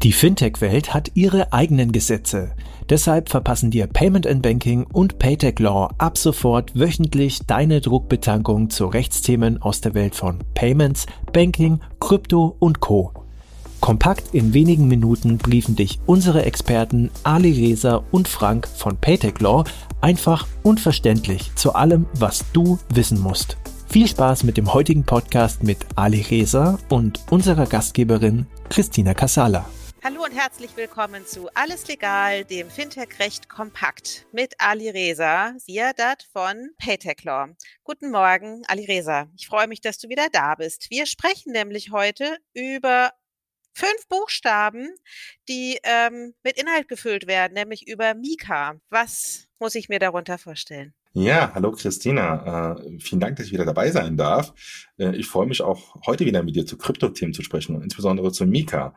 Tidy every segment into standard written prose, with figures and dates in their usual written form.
Die Fintech-Welt hat ihre eigenen Gesetze. Deshalb verpassen dir Payment & Banking und Paytech Law ab sofort wöchentlich deine Druckbetankung zu Rechtsthemen aus der Welt von Payments, Banking, Krypto und Co. Kompakt in wenigen Minuten briefen dich unsere Experten Ali Reza und Frank von Paytech Law einfach und verständlich zu allem, was du wissen musst. Viel Spaß mit dem heutigen Podcast mit Ali Reza und unserer Gastgeberin Christina Casala. Hallo und herzlich willkommen zu Alles Legal, dem Fintech-Recht kompakt mit Ali Reza, Siadat von Paytech Law. Guten Morgen, Ali Reza. Ich freue mich, dass du wieder da bist. Wir sprechen nämlich heute über 5 Buchstaben, die mit Inhalt gefüllt werden, nämlich über Mika. Was muss ich mir darunter vorstellen? Ja, hallo Christina. Vielen Dank, dass ich wieder dabei sein darf. Ich freue mich auch heute wieder mit dir zu Kryptothemen zu sprechen und insbesondere zu Mika.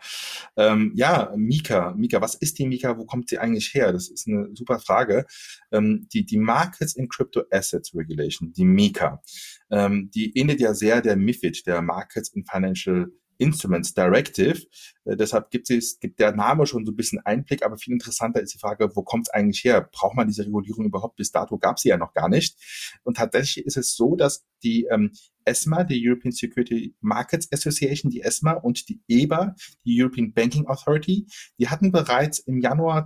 Mika, was ist die Mika? Wo kommt sie eigentlich her? Das ist eine super Frage. Die Markets in Crypto Assets Regulation, die Mika, die ähnelt ja sehr der MiFID, der Markets in Financial Instruments Directive. Deshalb gibt der Name schon so ein bisschen Einblick, aber viel interessanter ist die Frage, wo kommt es eigentlich her? Braucht man diese Regulierung überhaupt? Bis dato gab sie ja noch gar nicht. Und tatsächlich ist es so, dass die ESMA, die European Security Markets Association, die ESMA und die EBA, die European Banking Authority, die hatten bereits im Januar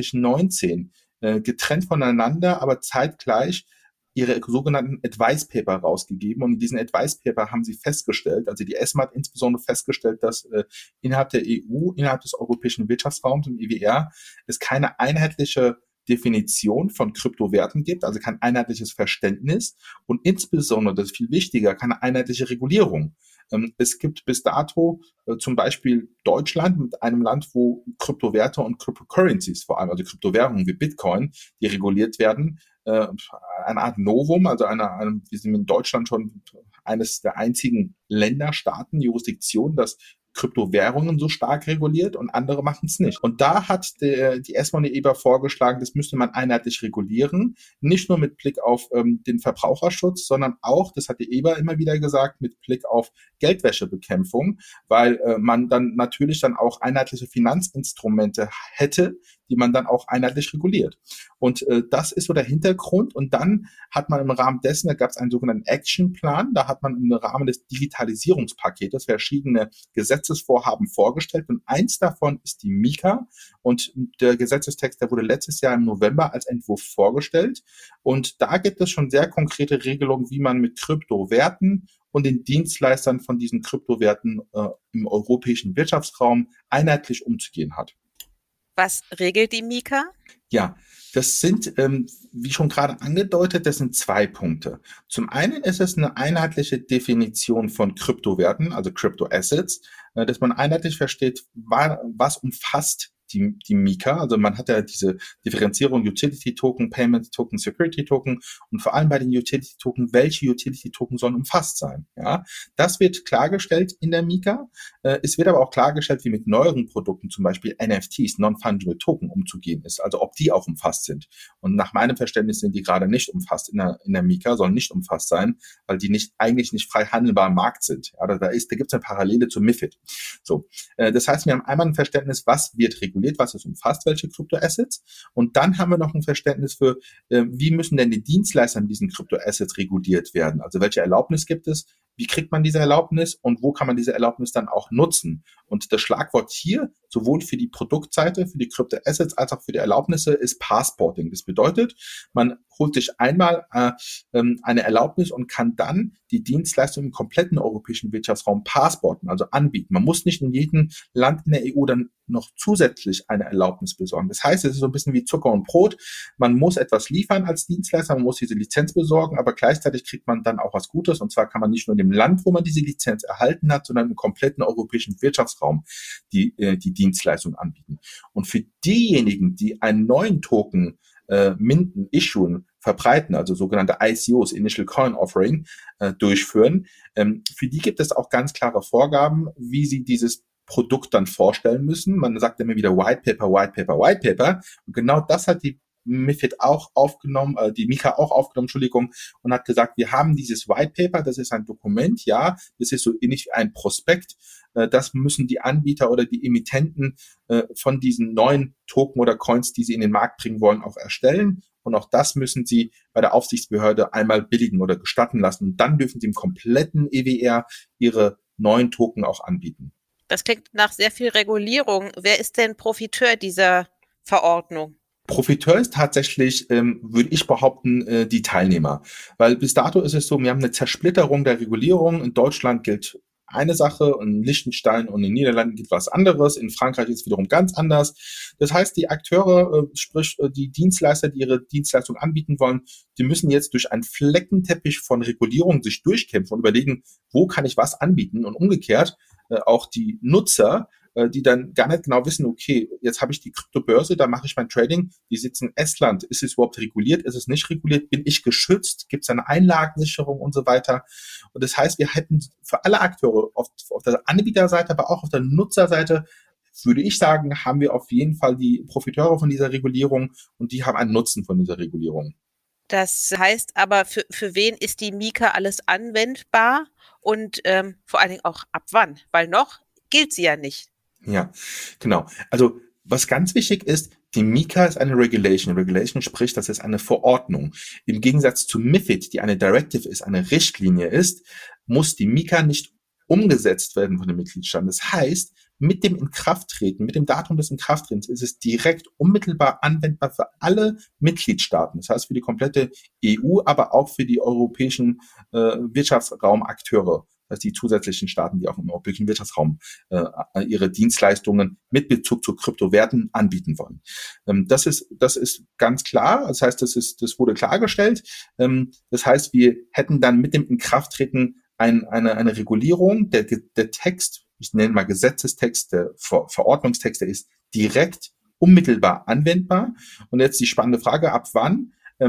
2019 getrennt voneinander, aber zeitgleich ihre sogenannten Advice Paper rausgegeben. Und in diesen Advice Paper haben sie festgestellt, also die ESMA hat insbesondere festgestellt, dass innerhalb der EU, innerhalb des europäischen Wirtschaftsraums, im EWR, es keine einheitliche Definition von Kryptowerten gibt, also kein einheitliches Verständnis und insbesondere, das ist viel wichtiger, keine einheitliche Regulierung. Es gibt bis dato zum Beispiel Deutschland mit einem Land, wo Kryptowerte und Cryptocurrencies, vor allem also Kryptowährungen wie Bitcoin, die reguliert werden, eine Art Novum, also wir sind in Deutschland schon eines der einzigen Länderstaaten, Jurisdiktionen, das Kryptowährungen so stark reguliert und andere machen es nicht. Und da hat die ESMA und die EBA vorgeschlagen, das müsste man einheitlich regulieren, nicht nur mit Blick auf den Verbraucherschutz, sondern auch, das hat die EBA immer wieder gesagt, mit Blick auf Geldwäschebekämpfung, weil man dann natürlich dann auch einheitliche Finanzinstrumente hätte, die man dann auch einheitlich reguliert. Und das ist so der Hintergrund. Und dann hat man im Rahmen dessen, da gab es einen sogenannten Actionplan, da hat man im Rahmen des Digitalisierungspaketes verschiedene Gesetzesvorhaben vorgestellt. Und eins davon ist die Mika. Und der Gesetzestext, der wurde letztes Jahr im November als Entwurf vorgestellt. Und da gibt es schon sehr konkrete Regelungen, wie man mit Kryptowerten und den Dienstleistern von diesen Kryptowerten im europäischen Wirtschaftsraum einheitlich umzugehen hat. Was regelt die Mika? Ja, das sind, wie schon gerade angedeutet, das sind 2 Punkte. Zum einen ist es eine einheitliche Definition von Kryptowerten, also Crypto Assets, dass man einheitlich versteht, was umfasst die Mika. Also man hat ja diese Differenzierung Utility Token, Payment Token, Security Token und vor allem bei den Utility Token, welche Utility Token sollen umfasst sein. Ja, das wird klargestellt in der Mika. Es wird aber auch klargestellt, wie mit neueren Produkten, zum Beispiel NFTs, Non-Fungible Token, umzugehen ist. Also ob die auch umfasst sind. Und nach meinem Verständnis sind die gerade nicht umfasst in der Mika, sollen nicht umfasst sein, weil die eigentlich nicht frei handelbar am Markt sind. Ja, da gibt es eine Parallele zu MiFID. So, das heißt, wir haben einmal ein Verständnis, was wird reguliert, was es umfasst, welche Kryptoassets. Und dann haben wir noch ein Verständnis für, wie müssen denn die Dienstleister mit diesen Kryptoassets reguliert werden? Also welche Erlaubnis gibt es? Wie kriegt man diese Erlaubnis und wo kann man diese Erlaubnis dann auch nutzen? Und das Schlagwort hier, sowohl für die Produktseite, für die Kryptoassets als auch für die Erlaubnisse, ist Passporting. Das bedeutet, man holt sich einmal eine Erlaubnis und kann dann die Dienstleistung im kompletten europäischen Wirtschaftsraum passporten, also anbieten. Man muss nicht in jedem Land in der EU dann noch zusätzlich eine Erlaubnis besorgen. Das heißt, es ist so ein bisschen wie Zucker und Brot. Man muss etwas liefern als Dienstleister, man muss diese Lizenz besorgen, aber gleichzeitig kriegt man dann auch was Gutes. Und zwar kann man nicht nur in dem Land, wo man diese Lizenz erhalten hat, sondern im kompletten europäischen Wirtschaftsraum die Dienstleistung anbieten. Und für diejenigen, die einen neuen Token minten, issuen, verbreiten, also sogenannte ICOs, Initial Coin Offering, durchführen, für die gibt es auch ganz klare Vorgaben, wie sie dieses Produkt dann vorstellen müssen. Man sagt immer wieder White Paper, White Paper, White Paper. Und genau das hat die MiFID auch aufgenommen, die MiCA auch aufgenommen, und hat gesagt, wir haben dieses White Paper, das ist ein Dokument, ja, das ist so ähnlich wie ein Prospekt, das müssen die Anbieter oder die Emittenten von diesen neuen Token oder Coins, die sie in den Markt bringen wollen, auch erstellen. Und auch das müssen sie bei der Aufsichtsbehörde einmal billigen oder gestatten lassen. Und dann dürfen sie im kompletten EWR ihre neuen Token auch anbieten. Das klingt nach sehr viel Regulierung. Wer ist denn Profiteur dieser Verordnung? Profiteur ist tatsächlich, würde ich behaupten, die Teilnehmer. Weil bis dato ist es so, wir haben eine Zersplitterung der Regulierung. In Deutschland gilt eine Sache, in Liechtenstein und in den Niederlanden gilt was anderes, in Frankreich ist es wiederum ganz anders. Das heißt, die Akteure, sprich die Dienstleister, die ihre Dienstleistung anbieten wollen, die müssen jetzt durch einen Fleckenteppich von Regulierung sich durchkämpfen und überlegen, wo kann ich was anbieten, und umgekehrt auch die Nutzer, die dann gar nicht genau wissen, okay, jetzt habe ich die Kryptobörse, da mache ich mein Trading, die sitzen in Estland, ist es überhaupt reguliert, ist es nicht reguliert, bin ich geschützt, gibt es eine Einlagensicherung und so weiter. Und das heißt, wir hätten für alle Akteure auf der Anbieterseite, aber auch auf der Nutzerseite, würde ich sagen, haben wir auf jeden Fall die Profiteure von dieser Regulierung, und die haben einen Nutzen von dieser Regulierung. Das heißt aber, für wen ist die MiCA alles anwendbar und vor allen Dingen auch ab wann? Weil noch gilt sie ja nicht. Ja, genau. Also was ganz wichtig ist, die MiCA ist eine Regulation. Regulation spricht, das ist eine Verordnung. Im Gegensatz zu MiFID, die eine Directive ist, eine Richtlinie ist, muss die MiCA nicht umgesetzt werden von den Mitgliedstaaten. Das heißt, mit dem Inkrafttreten, mit dem Datum des Inkrafttretens ist es direkt unmittelbar anwendbar für alle Mitgliedstaaten. Das heißt für die komplette EU, aber auch für die europäischen Wirtschaftsraumakteure. Das heißt die zusätzlichen Staaten, die auch im europäischen Wirtschaftsraum ihre Dienstleistungen mit Bezug zu Kryptowerten anbieten wollen. Das ist ganz klar. Das heißt, das wurde klargestellt. Das heißt, wir hätten dann mit dem Inkrafttreten eine Regulierung, der Text, ich nenne mal Gesetzestext, der Verordnungstext, der ist direkt unmittelbar anwendbar. Und jetzt die spannende Frage, ab wann?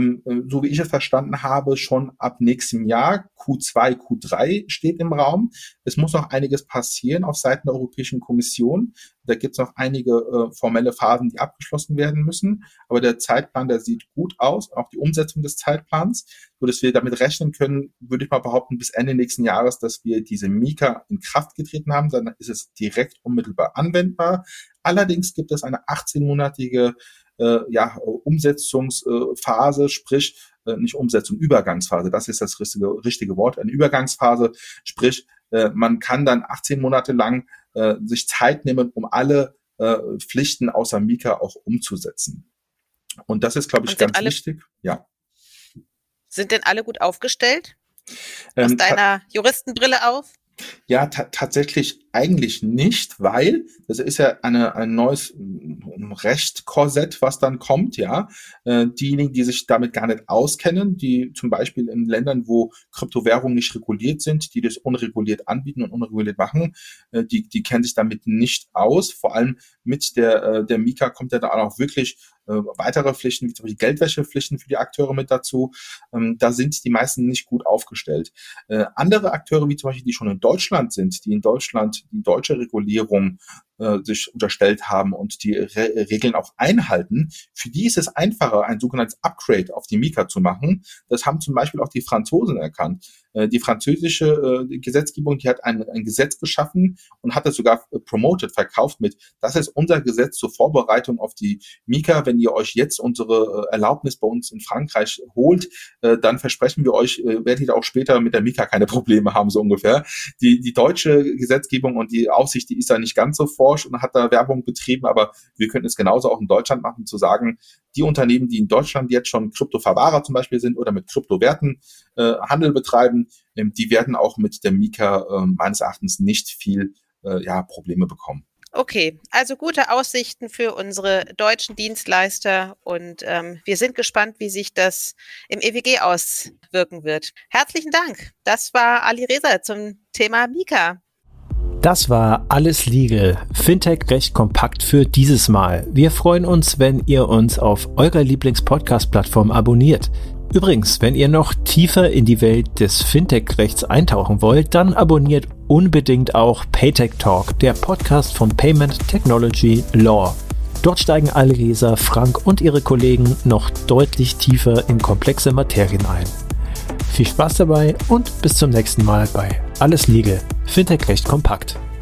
So wie ich es verstanden habe, schon ab nächstem Jahr, Q2, Q3 steht im Raum. Es muss noch einiges passieren auf Seiten der Europäischen Kommission. Da gibt es noch einige formelle Phasen, die abgeschlossen werden müssen. Aber der Zeitplan, der sieht gut aus, auch die Umsetzung des Zeitplans, sodass wir damit rechnen können, würde ich mal behaupten, bis Ende nächsten Jahres, dass wir diese MiCA in Kraft getreten haben. Dann ist es direkt unmittelbar anwendbar. Allerdings gibt es eine 18-monatige Umsetzungsphase, sprich nicht Umsetzung, Übergangsphase, das ist das richtige Wort, eine Übergangsphase, sprich man kann dann 18 Monate lang sich Zeit nehmen, um alle Pflichten außer MiCA auch umzusetzen. Und das ist, glaube ich, ganz wichtig. Ja. Sind denn alle gut aufgestellt? Aus deiner Juristenbrille auf? Ja, tatsächlich eigentlich nicht, weil das ist ja ein neues Rechtkorsett, was dann kommt, ja. Diejenigen, die sich damit gar nicht auskennen, die zum Beispiel in Ländern, wo Kryptowährungen nicht reguliert sind, die das unreguliert anbieten und unreguliert machen, die kennen sich damit nicht aus. Vor allem mit der MiCA kommt ja da auch wirklich weitere Pflichten, wie zum Beispiel Geldwäschepflichten für die Akteure mit dazu. Da sind die meisten nicht gut aufgestellt. Andere Akteure, wie zum Beispiel die schon in Deutschland sind, die in Deutschland die deutsche Regulierung sich unterstellt haben und die Regeln auch einhalten, für die ist es einfacher, ein sogenanntes Upgrade auf die MiCA zu machen. Das haben zum Beispiel auch die Franzosen erkannt. Die französische Gesetzgebung, die hat ein Gesetz geschaffen und hat das sogar verkauft mit, das ist unser Gesetz zur Vorbereitung auf die MiCA. Wenn ihr euch jetzt unsere Erlaubnis bei uns in Frankreich holt, dann versprechen wir euch, werdet ihr auch später mit der MiCA keine Probleme haben, so ungefähr. Die deutsche Gesetzgebung und die Aufsicht, die ist da nicht ganz so forsch und hat da Werbung betrieben, aber wir könnten es genauso auch in Deutschland machen, zu sagen, die Unternehmen, die in Deutschland jetzt schon Kryptoverwahrer zum Beispiel sind oder mit Kryptowerten Handel betreiben, die werden auch mit der MiCA meines Erachtens nicht viel Probleme bekommen. Okay, also gute Aussichten für unsere deutschen Dienstleister und wir sind gespannt, wie sich das im EWG auswirken wird. Herzlichen Dank. Das war Ali Reza zum Thema MiCA. Das war Alles Legal, Fintech recht kompakt für dieses Mal. Wir freuen uns, wenn ihr uns auf eurer Lieblings-Podcast-Plattform abonniert. Übrigens, wenn ihr noch tiefer in die Welt des Fintech-Rechts eintauchen wollt, dann abonniert unbedingt auch Paytech Talk, der Podcast von Payment Technology Law. Dort steigen Alireza, Frank und ihre Kollegen noch deutlich tiefer in komplexe Materien ein. Viel Spaß dabei und bis zum nächsten Mal bei Alles Legal, Fintech Recht kompakt.